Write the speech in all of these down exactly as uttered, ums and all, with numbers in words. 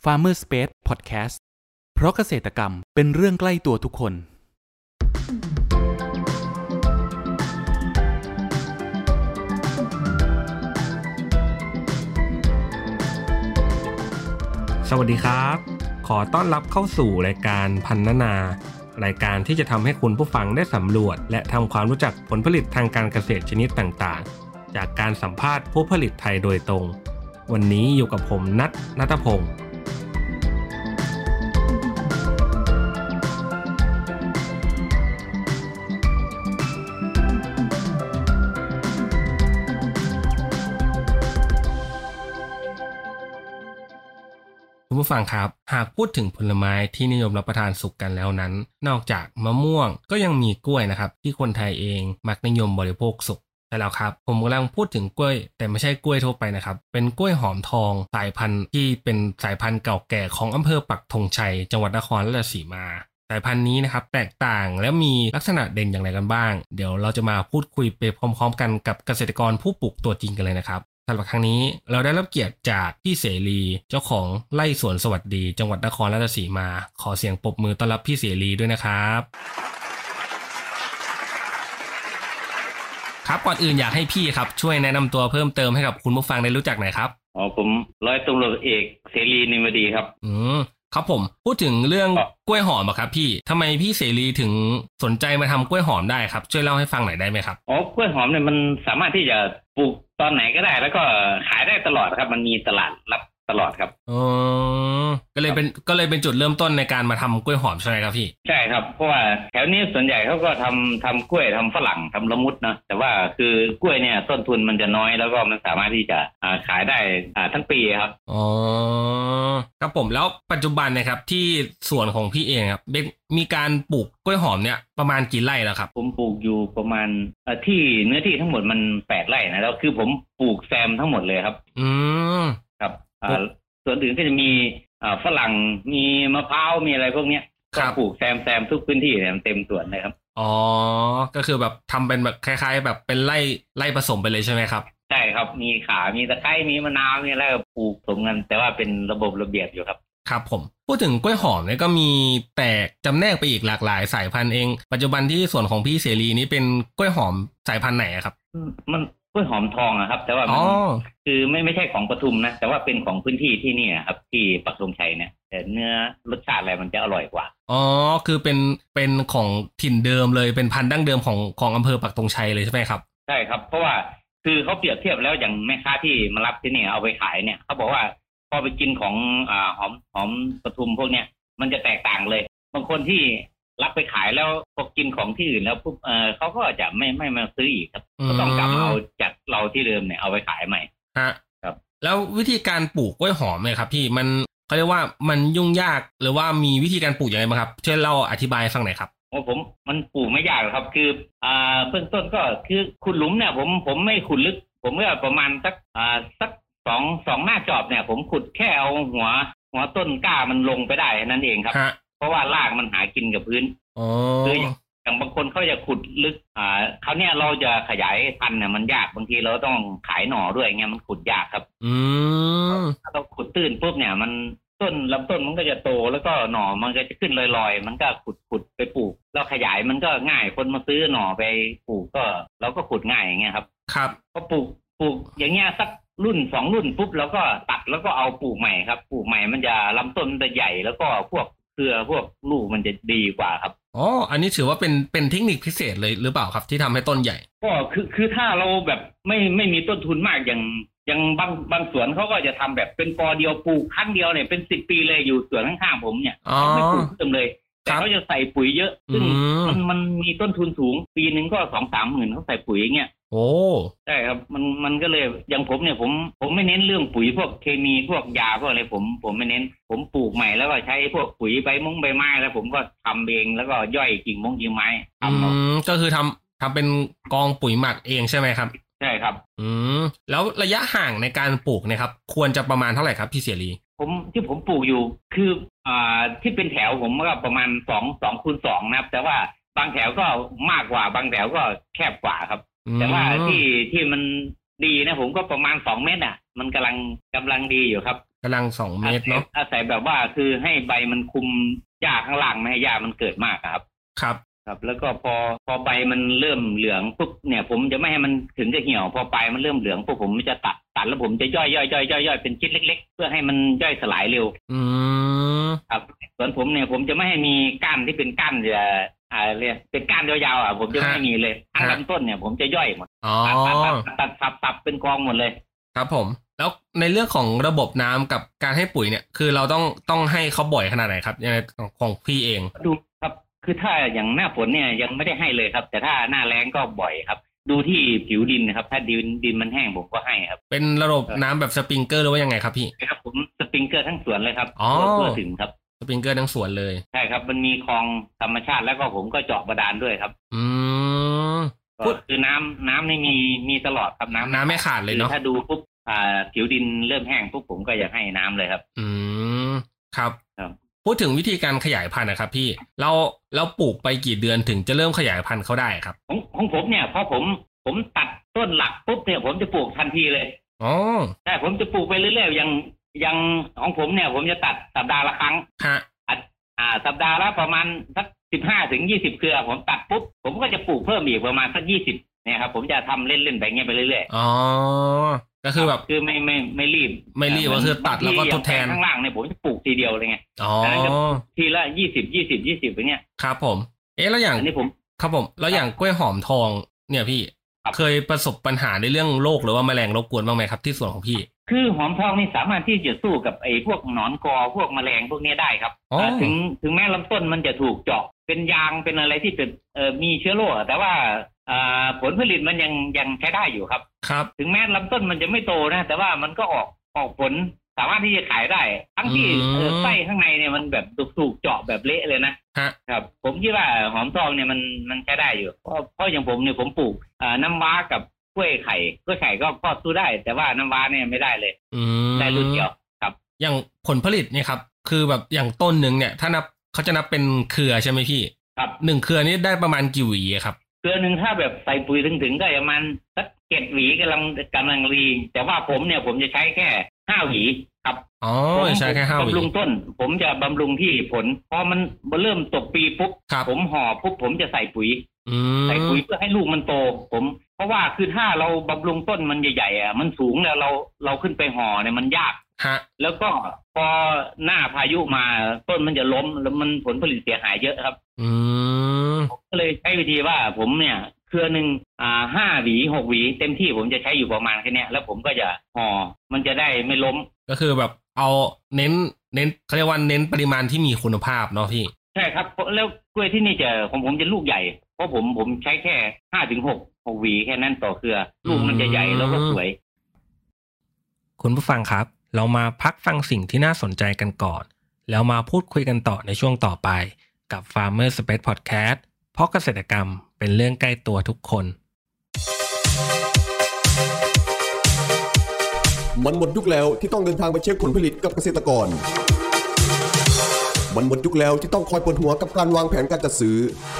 Farmer Space Podcast เพราะเกษตรกรรมเป็นเรื่องใกล้ตัวทุกคนสวัสดีครับขอต้อนรับเข้าสู่รายการพันนานารายการที่จะทำให้คุณผู้ฟังได้สำรวจและทำความรู้จักผลผลิตทางการเกษตรชนิดต่างๆจากการสัมภาษณ์ผู้ผลิตไทยโดยตรงวันนี้อยู่กับผมนัท ณัฐพงศ์คุณผู้ฟังครับหากพูดถึงผลไม้ที่นิยมรับประทานสุกกันแล้วนั้นนอกจากมะม่วงก็ยังมีกล้วยนะครับที่คนไทยเองมักนิยมบริโภคสุกใช่แล้วครับผมกำลังพูดถึงกล้วยแต่ไม่ใช่กล้วยทั่วไปนะครับเป็นกล้วยหอมทองสายพันธุ์ที่เป็นสายพันธุ์เก่าแก่ของอำเภอปักธงชัยจังหวัดนครราชสีมาสายพันธุ์นี้นะครับแตกต่างและมีลักษณะเด่นอย่างไรกันบ้างเดี๋ยวเราจะมาพูดคุยไปพร้อมๆกันกับเกษตรกรผู้ปลูกตัวจริงกันเลยนะครับสำหรับครั้งนี้เราได้รับเกียรติจากพี่เสรีเจ้าของไร่สวนสวัสดีจังหวัดนครราชสีมาขอเสียงปรบมือต้อนรับพี่เสรีด้วยนะครับครับก่อนอื่นอยากให้พี่ครับช่วยแนะนำตัวเพิ่มเติมให้กับคุณผู้ฟังได้รู้จักหน่อยครับอ๋อผมร้อยตำรวจเอกเสรีนิมดีครับอืมครับผมพูดถึงเรื่องกล้วยหอมอะครับพี่ทำไมพี่เสรีถึงสนใจมาทำกล้วยหอมได้ครับช่วยเล่าให้ฟังหน่อยได้ไหมครับอ๋อกล้วยหอมเนี่ยมันสามารถที่จะปลูกตอนไหนก็ได้แล้วก็ขายได้ตลอดครับมันมีตลาดรับตลอดครับอ๋อก็เลยเป็นก็เลยเป็นจุดเริ่มต้นในการมาทำกล้วยหอมใช่ไหมครับพี่ใช่ครับเพราะว่าแถวนี้ส่วนใหญ่เขาก็ทำทำกล้วยทำฝรั่งทำละมุดนะแต่ว่าคือกล้วยเนี่ยต้นทุนมันจะน้อยแล้วก็มันสามารถที่จะขายได้ทั้งปีครับอ๋อครับผมแล้วปัจจุบันนะครับที่สวนของพี่เองครับมีการปลูกกล้วยหอมเนี่ยประมาณกี่ไร่แล้วครับผมปลูกอยู่ประมาณที่เนื้อที่ทั้งหมดมันแปดไร่นะแล้วคือผมปลูกแซมทั้งหมดเลยครับอืมครับส่วนอื่นก็จะมีฝรั่งมีมะพร้าวมีอะไรพวกเนี้ยก็ปลูกแซมแซมทุกพื้นที่เต็มสวนเลยครับอ๋อก็คือแบบทำเป็นแบบคล้ายๆแบบเป็นไร่ไร่ผสมไปเลยใช่ไหมครับใช่ครับมีขามีตะไคร้มีมะนาวมีอะไรปลูกผสมกันแต่ว่าเป็นระบบระเบียบอยู่ครับครับผมพูดถึงกล้วยหอมเนี่ยก็มีแตกจำแนกไปอีกหลากหลายสายพันธุ์เองปัจจุบันที่ส่วนของพี่เสรีนี้เป็นกล้วยหอมสายพันธุ์ไหนครับมันกล้วยหอมทองอะครับแต่ว่าคือไม่ไม่ใช่ของปทุมนะแต่ว่าเป็นของพื้นที่ที่นี่ครับที่ปักธงชัยเนี่ยแต่เนื้อรสชาติอะไรมันจะอร่อยกว่าอ๋อคือเป็นเป็นของถิ่นเดิมเลยเป็นพันธุ์ดั้งเดิมของของอำเภอปักธงชัยเลยใช่ไหมครับใช่ครับเพราะว่าคือเขาเปรียบเทียบแล้วอย่างแม่ค้าที่มารับที่นี่เอาไปขายเนี่ยเขาบอกว่าพอไปกินของอ่าหอมหอมปทุมพวกเนี้ยมันจะแตกต่างเลยบางคนที่รับไปขายแล้วพอกินของที่อื่นแล้วปุ๊บเออเขาก็จะไม่ไม่มาซื้ออีกครับก็ต้องกลับมาเอาจากเราที่เดิมเนี่ยเอาไปขายใหม่ฮะครับแล้ววิธีการปลูกกล้วยหอมเนี่ยครับพี่มันเขาเรียกว่ามันยุ่งยากหรือว่ามีวิธีการปลูกยังไงบ้างครับช่วยเล่าอธิบายฟังหน่อยครับโอ้ผมมันปลูกไม่ยากครับคืออ่าเบื้องต้นก็คือขุดหลุมเนี่ยผมผมไม่ขุดลึกผมก็ประมาณสักอ่าสักสองสองหน้าจอบเนี่ยผมขุดแค่เอาหัวหัวต้นกล้ามันลงไปได้นั่นเองครับเพราะว่ารากมันหากินกับพื้นคืออย่างบางคนเขาจะขุดลึกอ่าคราวเนี้ยเราจะขยายพันธุ์เนี่ยมันยากบางทีเราต้องขายหน่อด้วยเงี้ยมันขุดยากครับอืมถ้าเราขุดตื้นปุ๊บเนี่ยมันต้นลำต้นมันก็จะโตแล้วก็หน่อมันก็จะขึ้นลอยๆมันก็ขุดขุดไปปลูกแล้วขยายมันก็ง่ายคนมาซื้อหน่อไปปลูกก็เราก็ขุดง่ายอย่างเงี้ยครับครับก็ปลูกปลูกอย่างเงี้ยสักรุ่นสองรุ่นปุ๊บแล้วก็ตัดแล้วก็เอาปลูกใหม่ครับปลูกใหม่มันจะลำต้นมันจะใหญ่แล้วก็พวกเครือพวกลูกมันจะดีกว่าครับอ๋ออันนี้ถือว่าเป็นเป็นเทคนิคพิเศษเลยหรือเปล่าครับที่ทำให้ต้นใหญ่ก็คือคือถ้าเราแบบไม่ไม่มีต้นทุนมากอย่างอย่างบางบางสวนเขาก็จะทำแบบเป็นกอเดียวปลูกครั้งเดียวเนี่ยเป็นสิบปีเลยอยู่สวนข้างๆผมเนี่ยเขาไม่ปลูกเติมเลยแต่เขาจะใส่ปุ๋ยเยอะซึ่งมันมันมีต้นทุนสูงปีนึงก็สองสามหมื่นเขาใส่ปุ๋ยอย่างเงี้ยโอ้ใช่ครับมันมันก็เลยอย่างผมเนี่ยผมผมไม่เน้นเรื่องปุ๋ยพวกเคมีพวกยาพวกอะไรผมผมไม่เน้นผมปลูกใหม่แล้วก็ใช้พวกปุ๋ยใบมงใบไม้แล้วผมก็ทำเองแล้วก็ย่อยกิ่งมงกิ่งไม้ทำอืมก็คือทำทำเป็นกองปุ๋ยหมักเองใช่ไหมครับใช่ครับอืมแล้วระยะห่างในการปลูกเนี่ยครับควรจะประมาณเท่าไหร่ครับพี่เสรีผมที่ผมปลูกอยู่คืออ่าที่เป็นแถวผมก็ประมาณสองสองคูณสองนะครับแต่ว่าบางแถวก็มากกว่าบางแถวก็แคบกว่าครับแต่ว่าที่ที่มันดีนะผมก็ประมาณสองเม็ดอ่ะมันกำลังกำลังดีอยู่ครับกำลังสองเม็ดเนาะอาศัยแบบว่าคือให้ใบมันคุมหญ้าข้างล่างไม่ให้หญ้ามันเกิดมากครับครับครับแล้วก็พอพอใบมันเริ่มเหลืองปุ๊บเนี่ยผมจะไม่ให้มันถึงจะเหี่ยวพอใบมันเริ่มเหลืองปุ๊บผมจะตัดตัดแล้วผมจะย่อยย่อยย่อยย่อยย่อยเป็นชิ้นเล็กๆเพื่อให้มันย่อยสลายเร็วอืมครับส่วนผมเนี่ยผมจะไม่ให้มีก้านที่เป็นก้านจะอ่าเรียกเป็นก้านยาวๆอ่ะผมจะไม่มีเลยทั้งลำต้นเนี่ยผมจะย่อยหมดตัดตัดตัดตัดเป็นกองหมดเลยครับผมแล้วในเรื่องของระบบน้ำกับการให้ปุ๋ยเนี่ยคือเราต้องต้องให้เขาบ่อยขนาดไหนครับในของพี่เองดูครับคือถ้าอย่างหน้าฝนเนี่ยยังไม่ได้ให้เลยครับแต่ถ้าหน้าแล้งก็บ่อยครับดูที่ผิวดินนะครับถ้าดินดินมันแห้งผมก็ให้ครับเป็นระบบน้ำแบบสปริงเกอร์หรือว่ายังไงครับพี่ครับผมสปริงเกอร์ทั้งสวนเลยครับเพื่อถึงครับสปริงเกอร์ทั้งสวนเลยใช่ครับมันมีคลองธรรมชาติแล้วก็ผมก็เจาะบาดาลด้วยครับอืมก็คือน้ำน้ำไม่มีมีตลอดครับน้ำน้ำไม่ขาดเลยเนาะถ้าดูปุ๊บอ่าผิวดินเริ่มแห้งปุ๊บผมก็อยากให้น้ำเลยครับอืมครับครับพูดถึงวิธีการขยายพันธุ์นะครับพี่เราเราปลูกไปกี่เดือนถึงจะเริ่มขยายพันธุ์เขาได้ครับของของผมเนี่ยพอผมผมตัดต้นหลักปุ๊บเนี่ยผมจะปลูกทันทีเลยอ๋อใช่ผมจะปลูกไปเรื่อยๆอย่างอย่างของผมเนี่ยผมจะตัดสัปดาห์ละครั้งฮะอ่าสัปดาห์ละประมาณสักสิบห้าถึงยี่สิบเครือผมตัดปุ๊บผมก็จะปลูกเพิ่มอีกประมาณสักยี่สิบเนี่ยครับผมจะทำเล่นๆแบบนี้ไปเรื่อยๆอ๋อก็คือแบบคือไม่ไม่ไม่รีบไม่รีบก็คือตัดแล้วก็ทดแทนข้างล่างเนี่ยผมจะปลูกทีเดียวเลยไงอ๋อทีละยี่สิบยี่สิบยี่สิบอย่างเงี้ยครับผมเอ๊ะแล้วอย่างนี้ผมครับผมแล้วอย่างกล้วยหอมทองเนี่ยพี่เคยประสบปัญหาในเรื่องโรคหรือว่าแมลงรบกวนบ้างไหมครับที่สวนของพี่คือหอมทองนี่สามารถที่จะสู้กับไอ้พวกหนอนกอพวกแมลงพวกนี้ได้ครับถึงถึงแม้ลำต้นมันจะถูกเจาะเป็นยางเป็นอะไรที่เป็นเอ่อมีเชื้อโรคแต่ว่าผลผลิตมันยังยังใช้ได้อยู่ครับครับถึงแม้ลำต้นมันจะไม่โตนะแต่ว่ามันก็ออกออกผลสามารถที่จะขายได้ทั้งที่ไส้ข้างในเนี่ยมันแบบถูกเจาะแบบเละเลยนะครับผมคิดว่าหอมทองเนี่ยมันมันใช้ได้อยู่เพราะเพราะอย่างผมเนี่ยผมปลูกน้ำว้ากับกล้วยไข่กล้วยไข่ก็ก็สู้ได้แต่ว่าน้ำว้าเนี่ยไม่ได้เลยได้รุ่นเดียวครับอย่างผลผลิตเนี่ยครับคือแบบอย่างต้นหนึ่งเนี่ยถ้านับเขาจะนับเป็นเครือใช่ไหมพี่ครับหนึ่งเครือนี้ได้ประมาณกี่หวีครับเครือหนึ่งถ้าแบบใส่ปุ๋ยถึงๆก็ประมาณสักเจ็ดหวีกำลังกำลังรีแต่ว่าผมเนี่ยผมจะใช้แค่ห้าหวีครับอ๋อใช้แค่ห้าหวีบำรุงต้นผมจะบำรุงที่ผลพอมันเริ่มตกปีปุ๊บผมห่อปุ๊บผมจะใส่ปุ๋ยใส่ปุ๋ยเพื่อให้ลูกมันโตผมเพราะว่าคือถ้าเราบำรุงต้นมันใหญ่ๆอ่ะมันสูงแล้วเราเราขึ้นไปห่อเนี่ยมันยากแล้วก็พอหน้าพายุมาต้นมันจะล้มแล้วมันผลผลิตเสียหายเยอะครับอืมก็เลยใช้วิธีว่าผมเนี่ยเครือหนึ่งอ่าห้าหวีหกหวีเต็มที่ผมจะใช้อยู่ประมาณแค่นี้แล้วผมก็จะห่อมันจะได้ไม่ล้มก็คือแบบเอาเน้นเน้นเขาเรียกว่าเน้นปริมาณที่มีคุณภาพเนาะพี่ใช่ครับแล้วกล้วยที่นี่จะของผมจะลูกใหญ่เพราะผมผมใช้แค่ห้าถึงหกหกหวีแค่นั้นต่อเครือลูกมันจะใหญ่แล้วก็สวยคุณผู้ฟังครับเรามาพักฟังสิ่งที่น่าสนใจกันก่อนแล้วมาพูดคุยกันต่อในช่วงต่อไปกับ Farmer Space Podcast เพราะเกษตรกรรมเป็นเรื่องใกล้ตัวทุกคนมันหมดยุคแล้วที่ต้องเดินทางไปเช็คผลผลิตกับเกษตรกรมันหมดยุคแล้วที่ต้องคอยปวดหัวกับการวางแผนการจัดซื้อ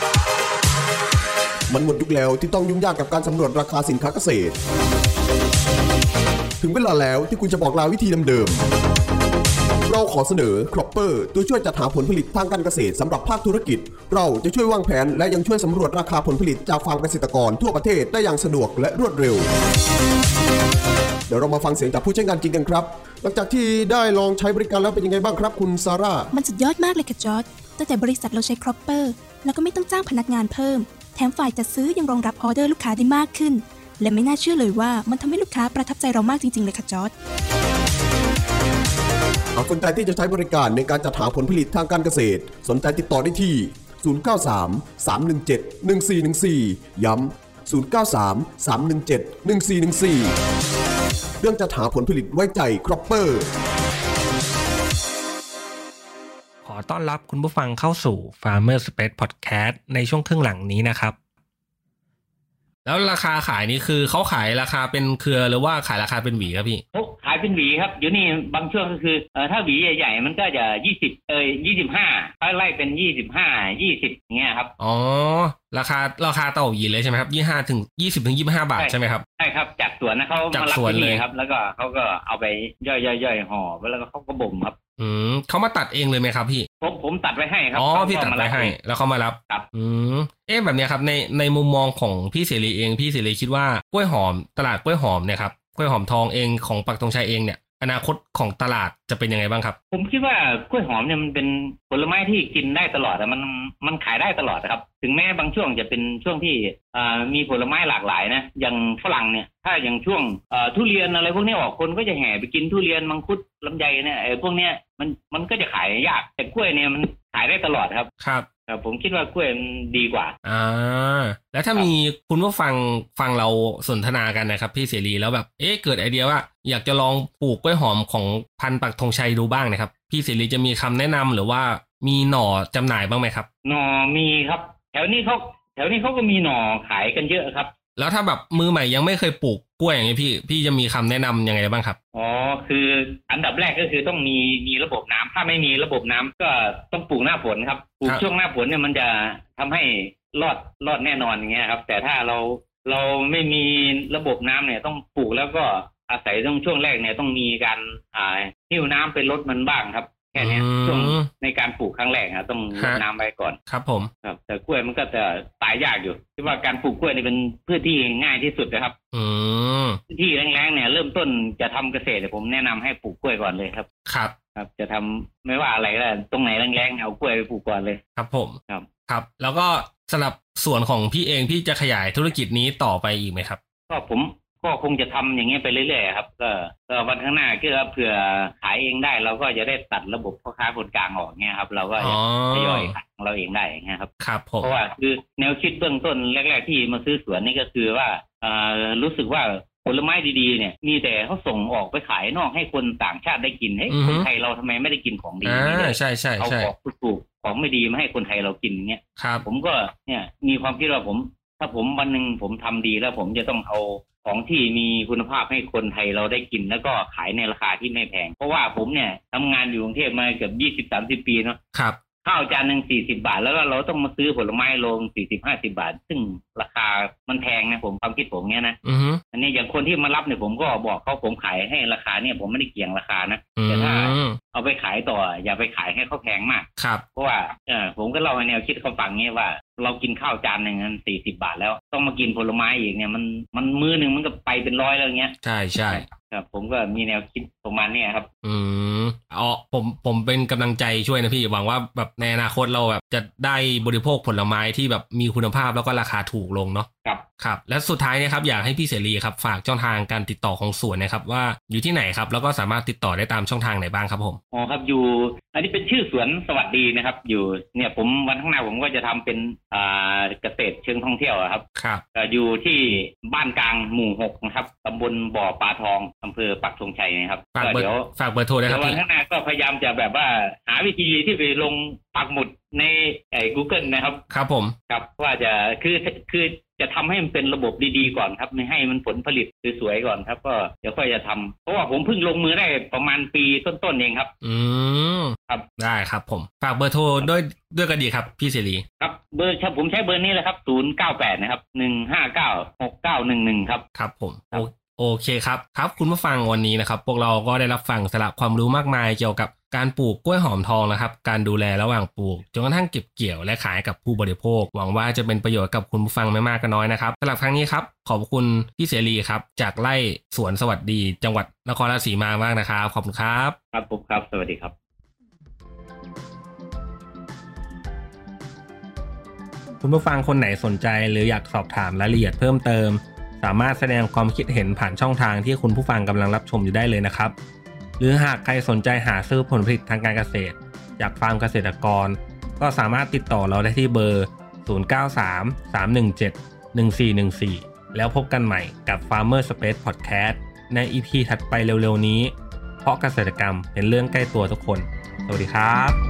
มันหมดยุคแล้วที่ต้องยุ่งยากกับการสำรวจราคาสินค้าเกษตรถึงเวลาแล้วที่คุณจะบอกลาวิธีเดิมๆเราขอเสนอ Cropper ตัวช่วยจัดหาผลผลิตทางการเกษตรสำหรับภาคธุรกิจเราจะช่วยวางแผนและยังช่วยสำรวจราคาผลผลิตจากฟาร์มเกษตรกรทั่วประเทศได้อย่างสะดวกและรวดเร็วเดี๋ยวเรามาฟังเสียงจากผู้ใช้งานจริงกันครับหลังจากที่ได้ลองใช้บริการแล้วเป็นยังไงบ้างครับคุณซาร่ามันสุดยอดมากเลยค่ะจอร์จตั้งแต่บริษัทเราใช้ Cropper แล้วก็ไม่ต้องจ้างพนักงานเพิ่มแถมฝ่ายจัดซื้อยังรองรับออเดอร์ลูกค้าได้มากขึ้นและไม่น่าเชื่อเลยว่ามันทำให้ลูกค้าประทับใจเรามากจริงๆเลยค่ะจอร์จหากสนใจที่จะใช้บริการในการจัดหาผลผลิตทางการเกษตรสนใจติดต่อได้ที่ศูนย์ เก้า สาม สาม หนึ่ง เจ็ด หนึ่ง สี่ หนึ่ง สี่ย้ำศูนย์ เก้า สาม สาม หนึ่ง เจ็ด หนึ่ง สี่ หนึ่ง สี่เรื่องจัดหาผลผลิตไว้ใจ Cropper ขอต้อนรับคุณผู้ฟังเข้าสู่ Farmer Space Podcast ในช่วงครึ่งหลังนี้นะครับแล้วราคาขายนี่คือเขาขายราคาเป็นเครือหรือว่าขายราคาเป็นหวีครับพี่เขาขายเป็นหวีครับเดี๋ยวนี้บางช่วงก็คือเอ่อถ้าหวีใหญ่ๆมันก็จะยี่สิบเอ่ยยี่สิบห้าถ้าไล่เป็นยี่สิบห้า ยี่สิบอย่างเงี้ยครับอ๋อราคาราคาต่อหวีเลยใช่ไหมครับยี่สิบห้าถึงยี่สิบถึงยี่สิบห้าบาทใช่ไหมครับใช่ครับจากสวนนะเขามารับที่นี่ครับแล้วก็เขาก็เอาไปย่อยๆๆห่อแล้วก็เขาก็บ่มครับอืมเขามาตัดเองเลยไหมครับพี่ผมผมตัดไว้ให้ครับอ๋อพี่ตัดไว้ให้แล้วเขามารับครับอืมเอ๊ะแบบเนี้ยครับในในมุมมองของพี่เสรีเองพี่เสรีคิดว่ากล้วยหอมตลาดกล้วยหอมเนี่ยครับกล้วยหอมทองเองของปักธงชัยเองเนี่ยอนาคตของตลาดจะเป็นยังไงบ้างครับผมคิดว่ากล้วยหอมเนี่ยมันเป็นผลไม้ที่กินได้ตลอดแต่มันมันขายได้ตลอดนะครับถึงแม้บางช่วงจะเป็นช่วงที่มีผลไม้หลากหลายนะอย่างฝรั่งเนี่ยถ้าอย่างช่วงทุเรียนอะไรพวกนี้ออกคนก็จะแห่ไปกินทุเรียนมังคุดลำไยเนี่ยไอ้พวกเนี้ยมันมันก็จะขายยากแต่กล้วยเนี่ยมันขายได้ตลอดครับครับผมคิดว่ากล้วยมันดีกว่าอ่าแล้วถ้ามีคุณผู้ฟังฟังเราสนทนากันนะครับพี่เสรีแล้วแบบเอ๊ะเกิดไอเดียว่าอยากจะลองปลูกกล้วยหอมของพันธุ์ปักธงชัยดูบ้างนะครับพี่เสรีจะมีคำแนะนำหรือว่ามีหน่อจำหน่ายบ้างไหมครับหน่อมีครับแถวนี้เขาแถวนี้เขาก็มีหน่อขายกันเยอะครับแล้วถ้าแบบมือใหม่ยังไม่เคยปลูกกล้วยอย่างนี้พี่พี่จะมีคำแนะนำยังไงบ้างครับอ๋อคืออันดับแรกก็คือต้องมีมีระบบน้ำถ้าไม่มีระบบน้ำก็ต้องปลูกหน้าฝนครับปลูกช่วงหน้าฝนเนี่ยมันจะทำให้รอดรอดแน่นอนอย่างเงี้ยครับแต่ถ้าเราเราไม่มีระบบน้ำเนี่ยต้องปลูกแล้วก็อาศัยต้องช่วงแรกเนี่ยต้องมีการอ่าหิ้วน้ำไปลดมันบ้างครับแค่นี้ช่วงในการปลูกครั้งแรกครับต้องรดน้ำไว้ก่อนครับผมครับแต่กล้วยมันก็จะตายยากอยู่คิดว่าการปลูกกล้วยนี่เป็นพืชที่ง่ายที่สุดนะครับอืมที่แรงๆเนี่ยเริ่มต้นจะทำเกษตรผมแนะนำให้ปลูกกล้วยก่อนเลยครับครับครับจะทำไม่ว่าอะไรก็ตรงไหนแรงๆเอากล้วยไปปลูกก่อนเลยครับผมครับครับแล้วก็สำหรับส่วนของพี่เองพี่จะขยายธุรกิจนี้ต่อไปอีกไหมครับก็ผมก็คงจะทำอย่างเงี้ยไปเรื่อยๆครับก็ก็วันข้างหน้าก็เผื่อขายเองได้เราก็จะได้ตัดระบบพ่อค้าคนกลางออกเงี้ยครับเราก็จะทยอยขายของเราเองได้อย่างเงี้ยครับครับผมเพราะว่าคือแนวคิดเบื้องต้นแรกๆที่มาซื้อสวนนี่ก็คือว่าอ่ารู้สึกว่าผลไม้ดีๆเนี่ยมีแต่เขาส่งออกไปขายนอกให้คนต่างชาติได้กินเฮ้ยคนไทยเราทำไมไม่ได้กินของดีนี่ใช่ใช่เอาของถูกๆของไม่ดีมาให้คนไทยเรากินเงี้ยผมก็เนี่ยมีความคิดว่าผมถ้าผมวันนึงผมทำดีแล้วผมจะต้องเอาของที่มีคุณภาพให้คนไทยเราได้กินแล้วก็ขายในราคาที่ไม่แพงเพราะว่าผมเนี่ยทำงานอยู่กรุงเทพมาเกือบ ยี่สิบถึงสามสิบ ปีเนาะครับข้าวจานนึงสี่สิบบาทแล้วก็เราต้องมาซื้อผลไม้โล สี่สิบถึงห้าสิบบาทซึ่งราคามันแพงนะผมความคิดผมเนี้ยนะอือฮึอันนี้อย่างคนที่มารับเนี่ยผมก็บอกเขาผมขายให้ราคาเนี่ยผมไม่ได้เกี่ยงราคานะแต่ถ้าเอาไปขายต่ออย่าไปขายให้เขาแพงมากครับเพราะว่าเออผมก็เล่าให้แนวคิดเขาฟังเงี้ยว่าเรากินข้าวจานนึงนั้นสี่สิบบาทแล้วต้องมากินผลไม้อีกเนี่ยมันมันมื้อนึงมันก็ไปเป็นร้อยแล้วเงี้ยใช่ๆครับผมก็มีแนวคิดประมาณนี้ครับอืมอ๋อผมผมเป็นกำลังใจช่วยนะพี่หวังว่าแบบในอนาคตเราแบบจะได้บริโภคผลไม้ที่แบบมีคุณภาพแล้วก็ราคาถูกลงเนาะครับครับและสุดท้ายเนี่ยครับอยากให้พี่เสรีครับฝากช่องทางการติดต่อของสวนนะครับว่าอยู่ที่ไหนครับแล้วก็สามารถติดต่อได้ตามช่องทางไหนบ้างครับผมอ๋อครับอยู่อันนี้เป็นชื่อสวนสวัสดีนะครับอยู่เนี่ยผมวันข้างหน้าผมก็จะทำเป็นอ่าเกษตรเชิงท่องเที่ยวครับครับอยู่ที่บ้านกลางหมู่หกนะครับตำบลบ่อปลาทองอำเภอปักธงชัยนะครับฝากเบอร์ฝากเบอร์โทรได้ครับวันข้างหน้าก็พยายามจะแบบว่าหาวิธีที่ไปลงปักหมุดในไอ้ Google นะครับครับผมครับว่าจะคือคือจะทำให้มันเป็นระบบดีๆก่อนครับไม่ให้มันผลผลิตสวยๆก่อนครับก็เดี๋ยวค่อยจะทำเพราะว่าผมเพิ่งลงมือได้ประมาณปีต้นๆเองครับอืมครับได้ครับผมฝากเบอร์โทรด้วยด้วยก็ดีครับพี่เสรีครับเบอร์ผมใช้เบอร์นี้แหละครับศูนย์เก้าแปดนะครับหนึ่งห้าเก้าหกเก้าหนึ่งหนึ่งครับครับผมโอเคครับครับคุณผู้ฟังวันนี้นะครับพวกเราก็ได้รับฟังสาระความรู้มากมายเกี่ยวกับการปลูกกล้วยหอมทองนะครับการดูแลระหว่างปลูกจนกระทั่งเก็บเกี่ยวและขายกับผู้บริโภคหวังว่าจะเป็นประโยชน์กับคุณผู้ฟังไม่มากก็น้อยนะครับสำหรับครั้งนี้ครับขอบคุณพี่เสรีครับจากไร่สวนสวัสดีจังหวัดนครราชสีมามากนะครับขอบคุณครับครับผมครับสวัสดีครับคุณผู้ฟังคนไหนสนใจหรืออยากสอบถามรายละเอียดเพิ่มเติมสามารถแสดงความคิดเห็นผ่านช่องทางที่คุณผู้ฟังกำลังรับชมอยู่ได้เลยนะครับหรือหากใครสนใจหาซื้อผลผลิตทางการเกษตรจากฟาร์มเกษตรกรก็สามารถติดต่อเราได้ที่เบอร์ศูนย์ เก้า สาม สาม หนึ่ง เจ็ด หนึ่ง สี่ หนึ่ง สี่แล้วพบกันใหม่กับ Farmer Space Podcast ใน อี พี ถัดไปเร็วๆนี้เพราะเกษตรกรรมเป็นเรื่องใกล้ตัวทุกคนสวัสดีครับ